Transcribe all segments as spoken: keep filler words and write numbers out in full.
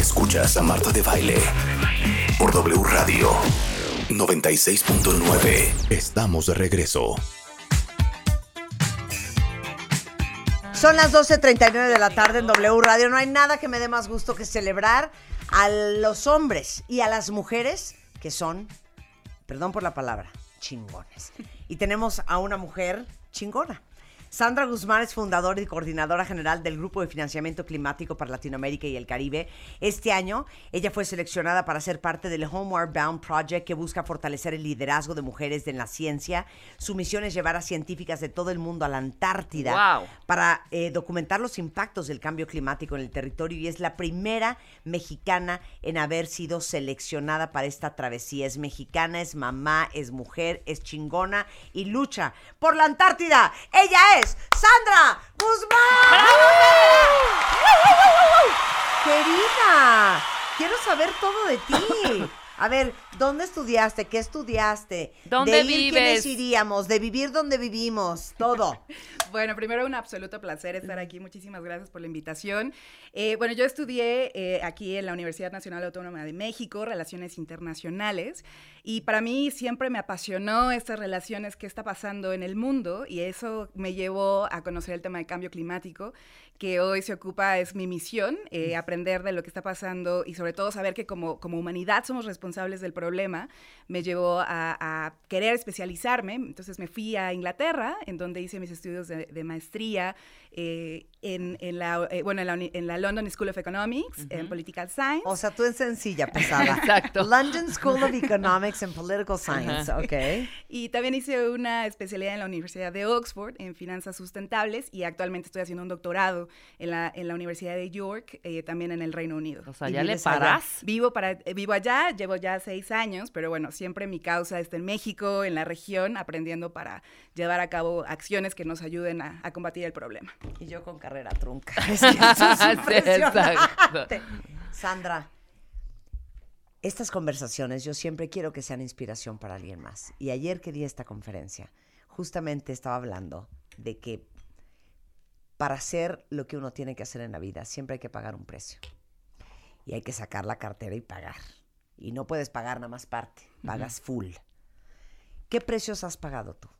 Escuchas a Marta de Baile por W Radio noventa y seis punto nueve. Estamos de regreso. Son las doce treinta y nueve de la tarde en W Radio. No hay nada que me dé más gusto que celebrar a los hombres y a las mujeres que son, perdón por la palabra, chingones. Y tenemos a una mujer chingona. Sandra Guzmán es fundadora y coordinadora general del Grupo de Financiamiento Climático para Latinoamérica y el Caribe. Este año, ella fue seleccionada para ser parte del Homeward Bound Project, que busca fortalecer el liderazgo de mujeres en la ciencia. Su misión es llevar a científicas de todo el mundo a la Antártida wow. para eh, documentar los impactos del cambio climático en el territorio, y es la primera mexicana en haber sido seleccionada para esta travesía. Es mexicana, es mamá, es mujer, es chingona y lucha por la Antártida. Ella es Sandra Guzmán. Querida, quiero saber todo de ti. A ver, ¿dónde estudiaste? ¿Qué estudiaste? ¿Dónde ¿De ir vives? quiénes iríamos? ¿De vivir donde vivimos? Todo. Bueno, primero un absoluto placer estar aquí. Muchísimas gracias por la invitación. Eh, bueno, yo estudié eh, aquí en la Universidad Nacional Autónoma de México, Relaciones Internacionales, y para mí siempre me apasionó estas relaciones que está pasando en el mundo, y eso me llevó a conocer el tema de cambio climático, que hoy se ocupa, es mi misión, eh, aprender de lo que está pasando y sobre todo saber que como, como humanidad somos responsables del problema. Me llevó a, a querer especializarme. Entonces me fui a Inglaterra, en donde hice mis estudios de, de maestría eh, en, en, la, eh, bueno, en, la, en la London School of Economics, uh-huh. en Political Science. O sea, tú en sencilla, pesada. Exacto. London School of Economics and Political Science, uh-huh. ok. Y también hice una especialidad en la Universidad de Oxford, en finanzas sustentables, y actualmente estoy haciendo un doctorado en la, en la Universidad de York, eh, también en el Reino Unido. O sea, ¿ya le paras? Vivo, para, eh, vivo allá, llevo ya seis años, pero bueno, siempre mi causa está en México, en la región, aprendiendo para llevar a cabo acciones que nos ayuden a, a combatir el problema. Y yo con carrera trunca. Es que eso es impresionante. Sí, Sandra, estas conversaciones yo siempre quiero que sean inspiración para alguien más. Y ayer que di esta conferencia, justamente estaba hablando de que para hacer lo que uno tiene que hacer en la vida, siempre hay que pagar un precio. Y hay que sacar la cartera y pagar. Y no puedes pagar nada más parte, pagas uh-huh. full. ¿Qué precios has pagado tú?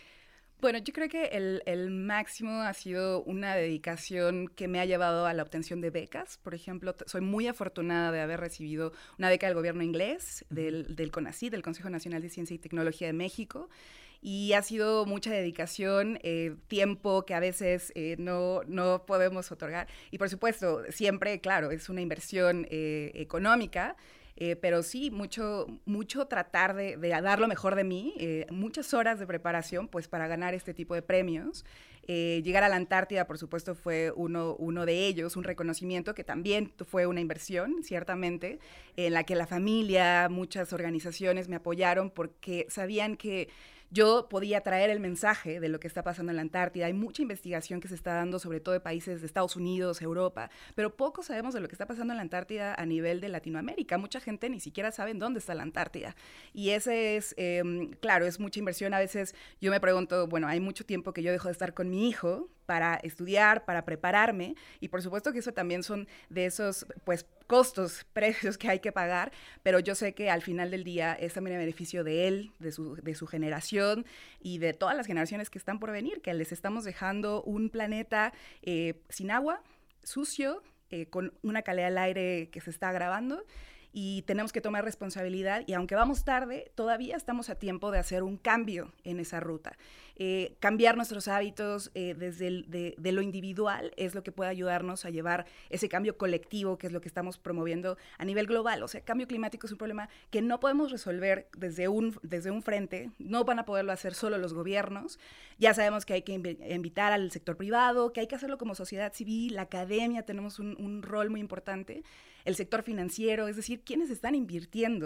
Bueno, yo creo que el, el máximo ha sido una dedicación que me ha llevado a la obtención de becas. Por ejemplo, t- soy muy afortunada de haber recibido una beca del gobierno inglés, del, del CONACYT, del Consejo Nacional de Ciencia y Tecnología de México, y ha sido mucha dedicación, eh, tiempo que a veces eh, no, no podemos otorgar. Y por supuesto, siempre, claro, es una inversión eh, económica, Eh, pero sí, mucho, mucho tratar de, de dar lo mejor de mí, eh, muchas horas de preparación pues para ganar este tipo de premios. Eh, llegar a la Antártida, por supuesto, fue uno, uno de ellos, un reconocimiento que también fue una inversión, ciertamente, en la que la familia, muchas organizaciones me apoyaron porque sabían que yo podía traer el mensaje de lo que está pasando en la Antártida. Hay mucha investigación que se está dando, sobre todo de países de Estados Unidos, Europa, pero poco sabemos de lo que está pasando en la Antártida a nivel de Latinoamérica. Mucha gente ni siquiera sabe en dónde está la Antártida. Y ese es, eh, claro, es mucha inversión. A veces yo me pregunto, bueno, hay mucho tiempo que yo dejo de estar con mi hijo para estudiar, para prepararme, y por supuesto que eso también son de esos, pues, costos, precios que hay que pagar, pero yo sé que al final del día es también el beneficio de él, de su, de su generación y de todas las generaciones que están por venir, que les estamos dejando un planeta eh, sin agua, sucio, eh, con una calidad del aire que se está agravando, y tenemos que tomar responsabilidad, y aunque vamos tarde, todavía estamos a tiempo de hacer un cambio en esa ruta. Eh, cambiar nuestros hábitos eh, desde el, de, de lo individual es lo que puede ayudarnos a llevar ese cambio colectivo, que es lo que estamos promoviendo a nivel global. O sea, el cambio climático es un problema que no podemos resolver desde un, desde un frente, no van a poderlo hacer solo los gobiernos. Ya sabemos que hay que inv- invitar al sector privado, que hay que hacerlo como sociedad civil, la academia, tenemos un, un rol muy importante, el sector financiero, es decir, quienes están invirtiendo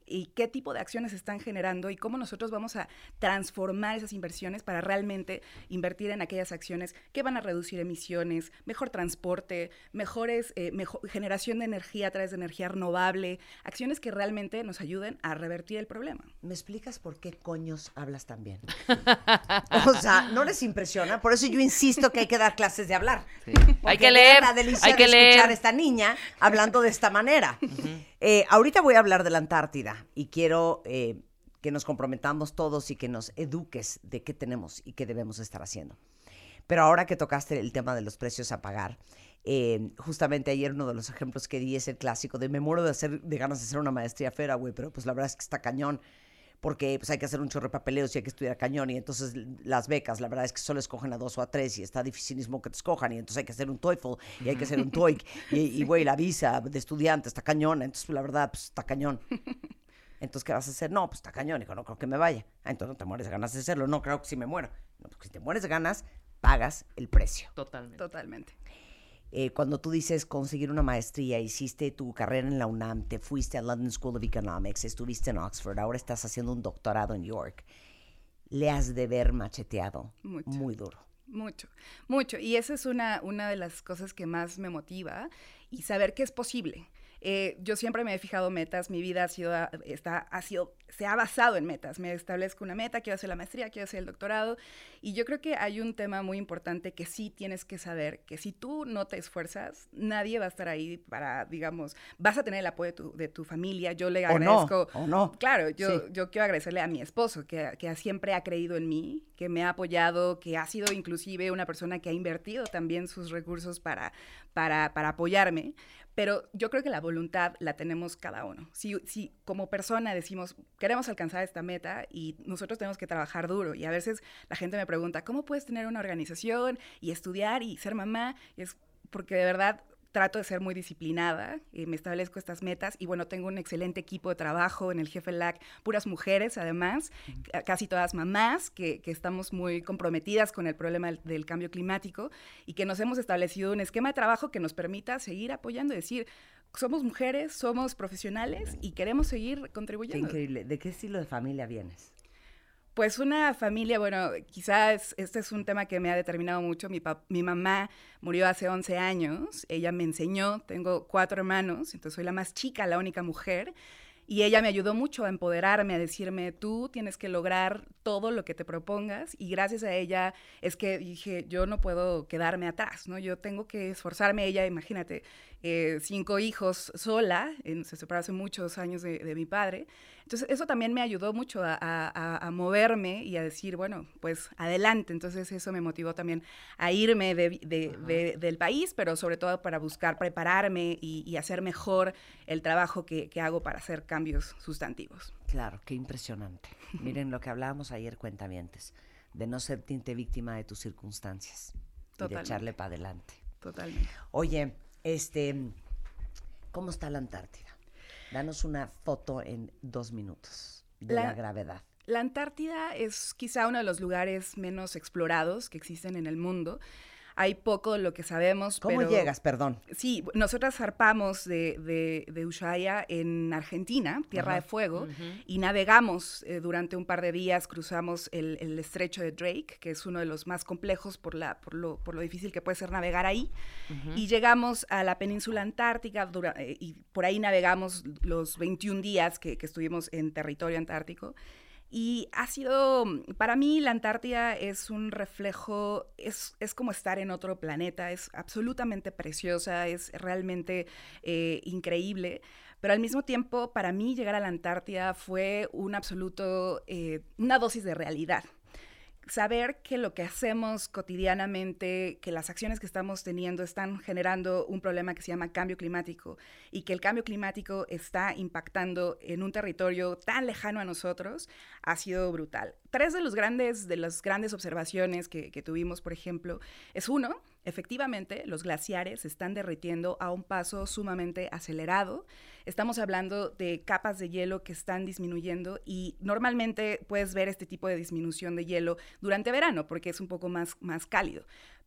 y qué tipo de acciones están generando y cómo nosotros vamos a transformar esas inversiones para realmente invertir en aquellas acciones que van a reducir emisiones, mejor transporte, mejores, eh, mejor generación de energía a través de energía renovable, acciones que realmente nos ayuden a revertir el problema. ¿Me explicas por qué coños hablas tan bien? O sea, ¿no les impresiona? Por eso yo insisto que hay que dar clases de hablar. Sí. Hay que leer, la delicia hay que de leer. escuchar a esta niña hablando de esta manera. Uh-huh. eh, ahorita voy a hablar de la Antártida y quiero eh, que nos comprometamos todos y que nos eduques de qué tenemos y qué debemos estar haciendo. Pero ahora que tocaste el tema de los precios a pagar, eh, justamente ayer uno de los ejemplos que di es el clásico de me muero de, hacer, de ganas de hacer una maestría fuera, güey, pero pues la verdad es que está cañón, porque pues hay que hacer un chorro de papeleos y hay que estudiar cañón, y entonces las becas, la verdad es que solo escogen a dos o a tres y está dificilísimo que te escojan, y entonces hay que hacer un TOEFL y hay que hacer un TOEIC, y, y güey, la visa de estudiante está cañón, entonces la verdad, pues está cañón. Entonces, ¿qué vas a hacer? No, pues está cañón, hijo, no creo que me vaya. Ah, entonces no te mueres de ganas de hacerlo. No, creo que sí me muero. No, porque si te mueres de ganas, pagas el precio. Totalmente. Totalmente. Eh, cuando tú dices conseguir una maestría, hiciste tu carrera en la UNAM, te fuiste a London School of Economics, estuviste en Oxford, ahora estás haciendo un doctorado en York, le has de ver macheteado mucho, muy duro. Mucho, mucho. Y esa es una, una de las cosas que más me motiva, y saber que es posible. Eh, yo siempre me he fijado metas, mi vida ha sido, está, ha sido, se ha basado en metas. Me establezco una meta, quiero hacer la maestría, quiero hacer el doctorado, y yo creo que hay un tema muy importante que sí tienes que saber, que si tú no te esfuerzas, nadie va a estar ahí para, digamos, vas a tener el apoyo de tu, de tu familia. Yo le agradezco. O no, o no. Claro, yo, sí. yo quiero agradecerle a mi esposo, que, que siempre ha creído en mí, que me ha apoyado, que ha sido inclusive una persona que ha invertido también sus recursos para, para, para apoyarme. Pero yo creo que la voluntad la tenemos cada uno. Si, si como persona decimos, queremos alcanzar esta meta, y nosotros tenemos que trabajar duro. Y a veces la gente me pregunta, ¿cómo puedes tener una organización y estudiar y ser mamá? Y es porque de verdad trato de ser muy disciplinada, eh, me establezco estas metas, y bueno, tengo un excelente equipo de trabajo en el Jefe L A C, puras mujeres además, uh-huh. casi todas mamás, que, que estamos muy comprometidas con el problema del, del cambio climático, y que nos hemos establecido un esquema de trabajo que nos permita seguir apoyando y decir, somos mujeres, somos profesionales y queremos seguir contribuyendo. Qué increíble. ¿De qué estilo de familia vienes? Pues una familia, bueno, quizás este es un tema que me ha determinado mucho. Mi, pap- mi mamá murió hace once años, ella me enseñó, tengo cuatro hermanos, entonces soy la más chica, la única mujer, y ella me ayudó mucho a empoderarme, a decirme, tú tienes que lograr todo lo que te propongas, y gracias a ella es que dije, yo no puedo quedarme atrás, ¿no? Yo tengo que esforzarme. Ella, imagínate, eh, cinco hijos sola, en, se separó hace muchos años de, de mi padre. Entonces, eso también me ayudó mucho a, a, a moverme y a decir, bueno, pues adelante. Entonces, eso me motivó también a irme de, de, de, del país, pero sobre todo para buscar prepararme y, y hacer mejor el trabajo que, que hago para hacer cambios sustantivos. Claro, qué impresionante. Miren lo que hablábamos ayer, cuentavientes, de no sentirte víctima de tus circunstancias. Totalmente. Y de echarle para adelante. Totalmente. Oye, este, ¿cómo está la Antártida? Danos una foto en dos minutos de la, la gravedad. La Antártida es quizá uno de los lugares menos explorados que existen en el mundo. Hay poco de lo que sabemos. ¿Cómo pero, llegas, perdón? Sí, nosotras zarpamos de, de, de Ushuaia en Argentina, Tierra Ajá. de Fuego, uh-huh. y navegamos eh, durante un par de días, cruzamos el, el estrecho de Drake, que es uno de los más complejos por, la, por, lo, por lo difícil que puede ser navegar ahí, uh-huh. y llegamos a la península antártica, dura, eh, y por ahí navegamos los veintiún días que, que estuvimos en territorio antártico. Y ha sido, para mí la Antártida es un reflejo, es, es como estar en otro planeta, es absolutamente preciosa, es realmente eh, increíble, pero al mismo tiempo para mí llegar a la Antártida fue un absoluto, eh, una dosis de realidad. Saber que lo que hacemos cotidianamente, que las acciones que estamos teniendo están generando un problema que se llama cambio climático, y que el cambio climático está impactando en un territorio tan lejano a nosotros, ha sido brutal. Tres de los grandes, de las grandes observaciones que, que tuvimos, por ejemplo, es uno, efectivamente, los glaciares se están derritiendo a un paso sumamente acelerado. Estamos hablando de capas de hielo que están disminuyendo, y normalmente puedes ver este tipo de disminución de hielo durante verano porque es un poco más, más cálido.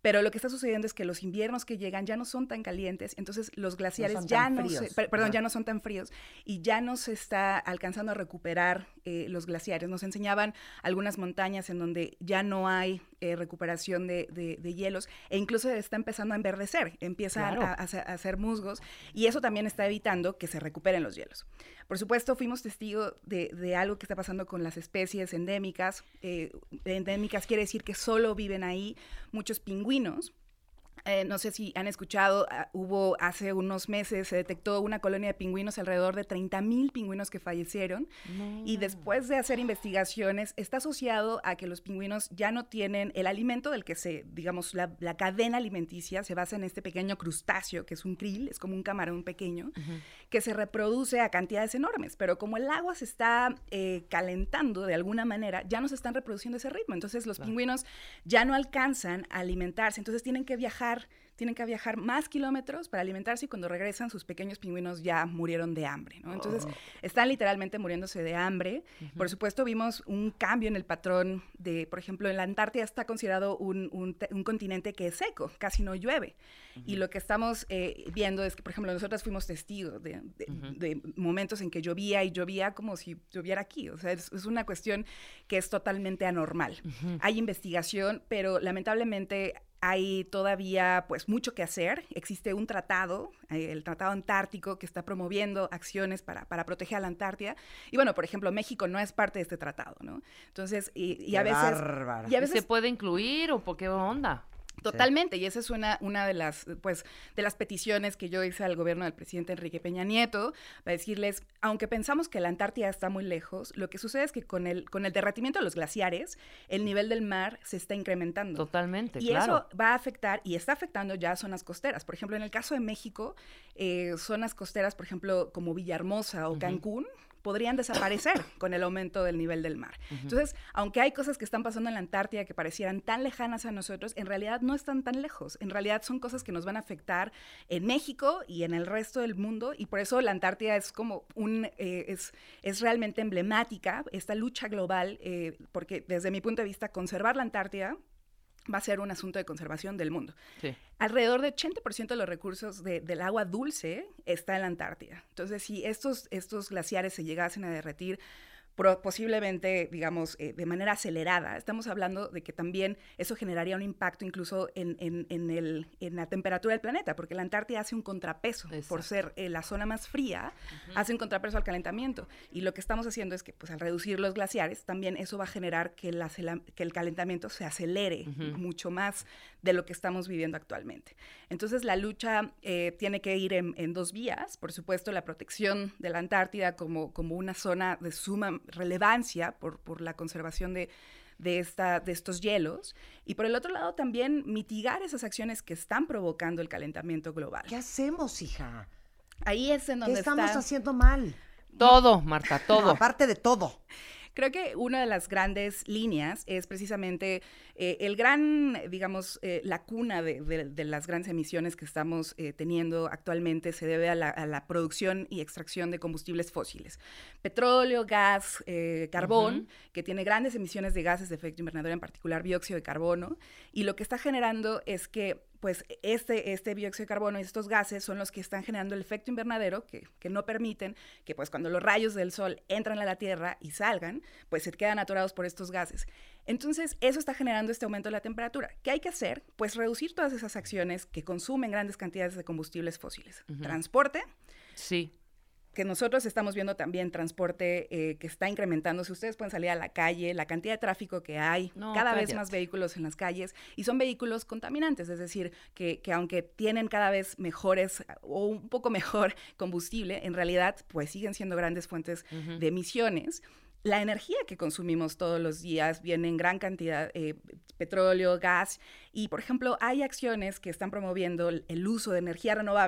Pero lo que está sucediendo es que los inviernos que llegan ya no son tan calientes, entonces los glaciares no ya no fríos. se, per, perdón, ya no son tan fríos y ya no se está alcanzando a recuperar eh, los glaciares. Nos enseñaban algunas montañas en donde ya no hay eh, recuperación de, de, de hielos e incluso está empezando a enverdecer, empiezan Claro. a, a, a hacer musgos y eso también está evitando que se recuperen los hielos. Por supuesto, fuimos testigos de, de algo que está pasando con las especies endémicas. Eh, endémicas quiere decir que solo viven ahí muchos pingüinos. Eh, no sé si han escuchado, uh, hubo hace unos meses, se detectó una colonia de pingüinos, alrededor de treinta mil pingüinos que fallecieron. No. Y después de hacer investigaciones, está asociado a que los pingüinos ya no tienen el alimento del que se, digamos, la, la cadena alimenticia se basa en este pequeño crustáceo, que es un krill, es como un camarón pequeño, uh-huh. que se reproduce a cantidades enormes, pero como el agua se está eh, calentando de alguna manera, ya no se están reproduciendo ese ritmo. Entonces los claro. pingüinos ya no alcanzan a alimentarse, entonces tienen que viajar tienen que viajar más kilómetros para alimentarse y cuando regresan sus pequeños pingüinos ya murieron de hambre, ¿no? Entonces, oh. están literalmente muriéndose de hambre. Uh-huh. Por supuesto, vimos un cambio en el patrón de, por ejemplo, en la Antártida está considerado un, un, un continente que es seco, casi no llueve. Uh-huh. Y lo que estamos eh, viendo es que, por ejemplo, nosotros fuimos testigos de, de, uh-huh. de momentos en que llovía y llovía como si lloviera aquí. O sea, es, es una cuestión que es totalmente anormal. Uh-huh. Hay investigación, pero lamentablemente hay todavía pues mucho que hacer. Existe un tratado, el Tratado Antártico, que está promoviendo acciones para, para proteger a la Antártida. Y bueno, por ejemplo, México no es parte de este tratado, ¿no? Entonces, y, y a veces... Y a veces ¿se puede incluir o por qué onda? Totalmente, sí. Y esa es una, una de las, pues, de las peticiones que yo hice al gobierno del presidente Enrique Peña Nieto, para decirles, aunque pensamos que la Antártida está muy lejos, lo que sucede es que con el, con el derretimiento de los glaciares, el nivel del mar se está incrementando. Totalmente, y claro. Y eso va a afectar, y está afectando ya zonas costeras. Por ejemplo, en el caso de México, eh, zonas costeras, por ejemplo, como Villahermosa o uh-huh. Cancún, podrían desaparecer con el aumento del nivel del mar. Uh-huh. Entonces, aunque hay cosas que están pasando en la Antártida que parecieran tan lejanas a nosotros, en realidad no están tan lejos. En realidad son cosas que nos van a afectar en México y en el resto del mundo, y por eso la Antártida es como un, eh, es, es realmente emblemática, esta lucha global, eh, porque desde mi punto de vista, conservar la Antártida va a ser un asunto de conservación del mundo. Sí. Alrededor del ochenta por ciento de los recursos de, del agua dulce está en la Antártida. Entonces, si estos, estos glaciares se llegasen a derretir, pro, posiblemente, digamos, eh, de manera acelerada, estamos hablando de que también eso generaría un impacto incluso en, en, en, el, en la temperatura del planeta, porque la Antártida hace un contrapeso. Exacto. Por ser eh, la zona más fría, uh-huh. hace un contrapeso al calentamiento. Y lo que estamos haciendo es que, pues, al reducir los glaciares, también eso va a generar que, la, que el calentamiento se acelere uh-huh. mucho más de lo que estamos viviendo actualmente. Entonces, la lucha eh, tiene que ir en, en dos vías. Por supuesto, la protección de la Antártida como, como una zona de suma relevancia por, por la conservación de, de, esta, de estos hielos, y por el otro lado también mitigar esas acciones que están provocando el calentamiento global. ¿Qué hacemos, hija? Ahí es en donde ¿Qué estamos está... haciendo mal? Todo, Marta, todo. No, aparte de todo. Creo que una de las grandes líneas es precisamente eh, el gran, digamos, eh, la cuna de, de, de las grandes emisiones que estamos eh, teniendo actualmente se debe a la, a la producción y extracción de combustibles fósiles. Petróleo, gas, eh, carbón, uh-huh. que tiene grandes emisiones de gases de efecto invernadero, en particular dióxido de carbono, y lo que está generando es que pues este, este dióxido de carbono y estos gases son los que están generando el efecto invernadero que, que no permiten que pues cuando los rayos del sol entran a la Tierra y salgan, pues se quedan atorados por estos gases. Entonces, eso está generando este aumento de la temperatura. ¿Qué hay que hacer? Pues reducir todas esas acciones que consumen grandes cantidades de combustibles fósiles. Uh-huh. Transporte. Sí. Que nosotros estamos viendo también transporte eh, que está incrementándose. Ustedes pueden salir a la calle, la cantidad de tráfico que hay, no, cada cállate. vez más vehículos en las calles, y son vehículos contaminantes, es decir, que, que aunque tienen cada vez mejores o un poco mejor combustible, en realidad pues siguen siendo grandes fuentes uh-huh. de emisiones. La energía que consumimos todos los días viene en gran cantidad, eh, petróleo, gas, y por ejemplo hay acciones que están promoviendo el, el uso de energía renovable.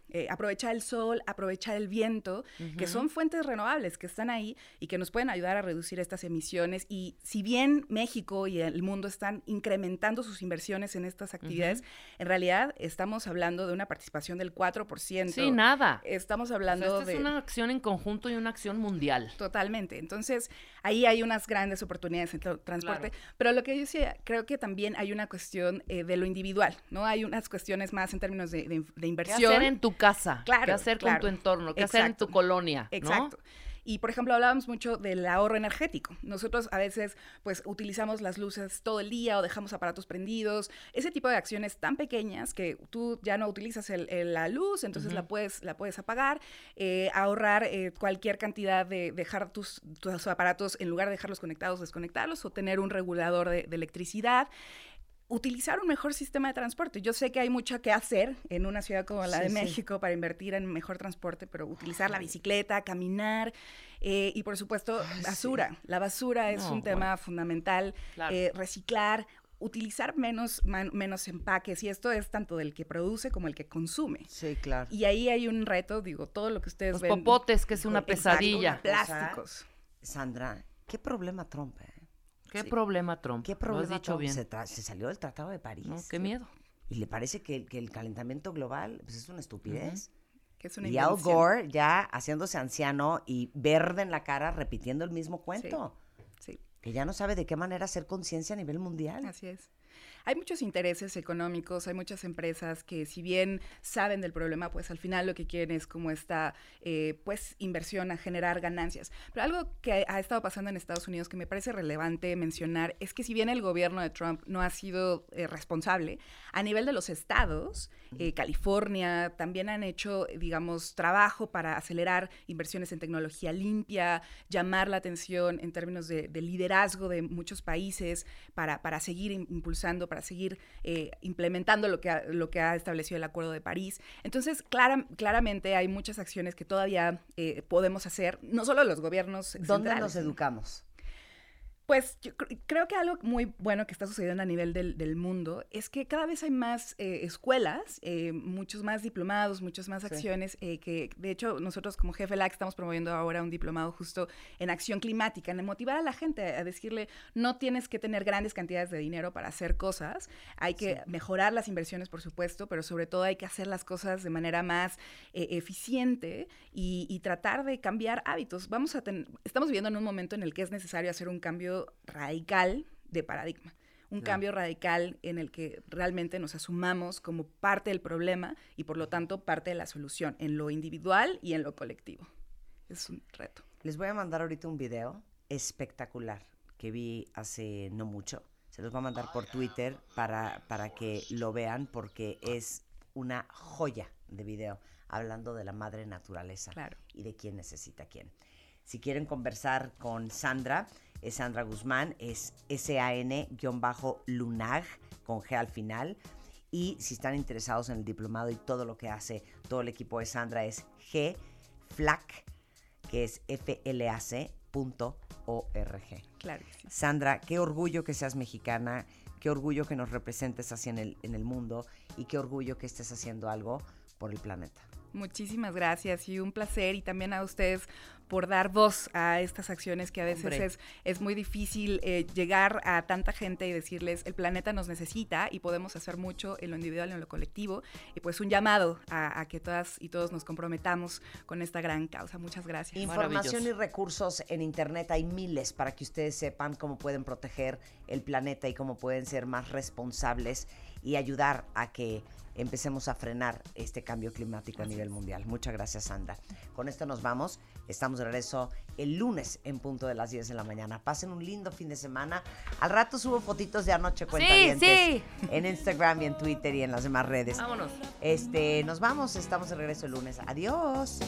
Eh, aprovechar el sol, aprovechar el viento, uh-huh. que son fuentes renovables que están ahí y que nos pueden ayudar a reducir estas emisiones. Y si bien México y el mundo están incrementando sus inversiones en estas actividades, uh-huh. en realidad estamos hablando de una participación del cuatro por ciento. Sí, nada. Estamos hablando o sea, esta de... es una acción en conjunto y una acción mundial. Totalmente. Entonces, ahí hay unas grandes oportunidades en el transporte. Claro. Pero lo que yo decía, creo que también hay una cuestión eh, de lo individual, ¿no? Hay unas cuestiones más en términos de, de, de inversión. ¿Qué hacer en tu casa? Claro, ¿Qué hacer claro. con tu entorno? ¿Qué Exacto. hacer en tu colonia? Exacto. ¿No? Y, por ejemplo, hablábamos mucho del ahorro energético. Nosotros a veces, pues, utilizamos las luces todo el día o dejamos aparatos prendidos. Ese tipo de acciones tan pequeñas que tú ya no utilizas el, el, la luz, entonces uh-huh. la, puedes, la puedes apagar. Eh, ahorrar eh, cualquier cantidad de dejar tus, tus aparatos, en lugar de dejarlos conectados, desconectarlos, o tener un regulador de, de electricidad. Utilizar un mejor sistema de transporte. Yo sé que hay mucho que hacer en una ciudad como la sí, de México sí. para invertir en mejor transporte, pero utilizar la bicicleta, caminar eh, y, por supuesto, Ay, basura. Sí. La basura es no, un bueno. tema fundamental. Claro. Eh, reciclar, utilizar menos, man, menos empaques, y esto es tanto del que produce como el que consume. Sí, claro. Y ahí hay un reto, digo, todo lo que ustedes Los ven. Los popotes, que es una pesadilla. Exacto, plásticos. Sandra, ¿qué problema Trump, eh? ¿Qué sí. problema Trump? ¿Qué problema ¿Lo has dicho Trump? bien? Se, tra- se salió del Tratado de París. No, qué miedo. Y le parece que, que el calentamiento global pues, es una estupidez. Uh-huh. Que es una y invención. Al Gore ya haciéndose anciano y verde en la cara, repitiendo el mismo cuento. Sí. sí. Que ya no sabe de qué manera hacer conciencia a nivel mundial. Así es. Hay muchos intereses económicos, hay muchas empresas que, si bien saben del problema, pues al final lo que quieren es como esta eh, pues inversión a generar ganancias. Pero algo que ha estado pasando en Estados Unidos que me parece relevante mencionar es que, si bien el gobierno de Trump no ha sido eh, responsable, a nivel de los estados, eh, California, también han hecho, digamos, trabajo para acelerar inversiones en tecnología limpia, llamar la atención en términos de, de liderazgo de muchos países para, para seguir impulsando, para seguir eh, implementando lo que, ha, lo que ha establecido el Acuerdo de París. Entonces, clara, claramente hay muchas acciones que todavía eh, podemos hacer, no solo los gobiernos ¿Dónde centrales. nos educamos? Pues yo cr- creo que algo muy bueno que está sucediendo a nivel del, del mundo es que cada vez hay más eh, escuelas, eh, muchos más diplomados, muchas más acciones, sí. eh, que de hecho nosotros como G F L A C estamos promoviendo ahora un diplomado justo en acción climática, en motivar a la gente a decirle, no tienes que tener grandes cantidades de dinero para hacer cosas, hay que sí. mejorar las inversiones, por supuesto, pero sobre todo hay que hacer las cosas de manera más eh, eficiente y, y tratar de cambiar hábitos. Vamos a ten- estamos viviendo en un momento en el que es necesario hacer un cambio radical de paradigma, un claro. cambio radical en el que realmente nos asumamos como parte del problema y, por lo tanto, parte de la solución en lo individual y en lo colectivo. Es un reto. Les voy a mandar ahorita un video espectacular que vi hace no mucho. Se los voy a mandar por Twitter para, para que lo vean, porque es una joya de video hablando de la madre naturaleza claro. y de quién necesita quién. Si quieren conversar con Sandra, es Sandra Guzmán, es S A N-Lunag, con G al final. Y si están interesados en el diplomado y todo lo que hace todo el equipo de Sandra, es G F L A C, que es F L A C punto org. Claro que sí. Sandra, qué orgullo que seas mexicana, qué orgullo que nos representes así en el, en el mundo, y qué orgullo que estés haciendo algo por el planeta. Muchísimas gracias y un placer, y también a ustedes por dar voz a estas acciones que a veces es, es muy difícil eh, llegar a tanta gente y decirles, el planeta nos necesita y podemos hacer mucho en lo individual y en lo colectivo, y pues un llamado a, a que todas y todos nos comprometamos con esta gran causa. Muchas gracias. Información y recursos en internet hay miles para que ustedes sepan cómo pueden proteger el planeta y cómo pueden ser más responsables y ayudar a que empecemos a frenar este cambio climático a nivel mundial. Muchas gracias, Sandra. Con esto nos vamos. Estamos de regreso el lunes en punto de las diez de la mañana. Pasen un lindo fin de semana. Al rato subo fotitos de anoche, cuentavientes, sí, sí. en Instagram y en Twitter y en las demás redes. Vámonos. Este, nos vamos. Estamos de regreso el lunes. Adiós.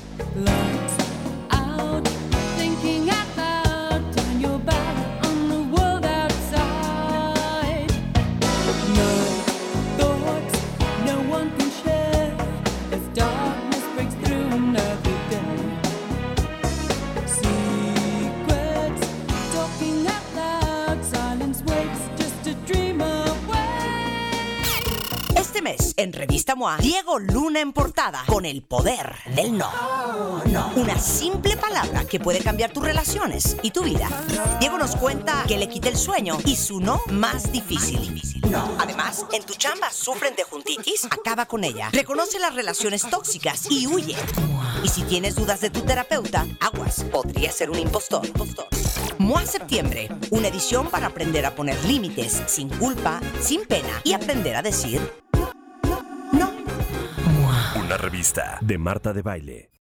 Out, thinking out loud, turn your back on the world outside. No thoughts, no one can share, as darkness breaks through another day. Secrets, talking out loud, silence waits just a dream away. Este mes, en En Revista M O A, Diego Luna en portada con el poder del no. No. Una simple palabra que puede cambiar tus relaciones y tu vida. Diego nos cuenta que le quita el sueño y su no más difícil. No. Además, en tu chamba sufren de juntitis, acaba con ella. Reconoce las relaciones tóxicas y huye. Y si tienes dudas de tu terapeuta, aguas, podría ser un impostor. impostor. M O A Septiembre, una edición para aprender a poner límites sin culpa, sin pena y aprender a decir no, no, no. Una revista de Marta de Baile.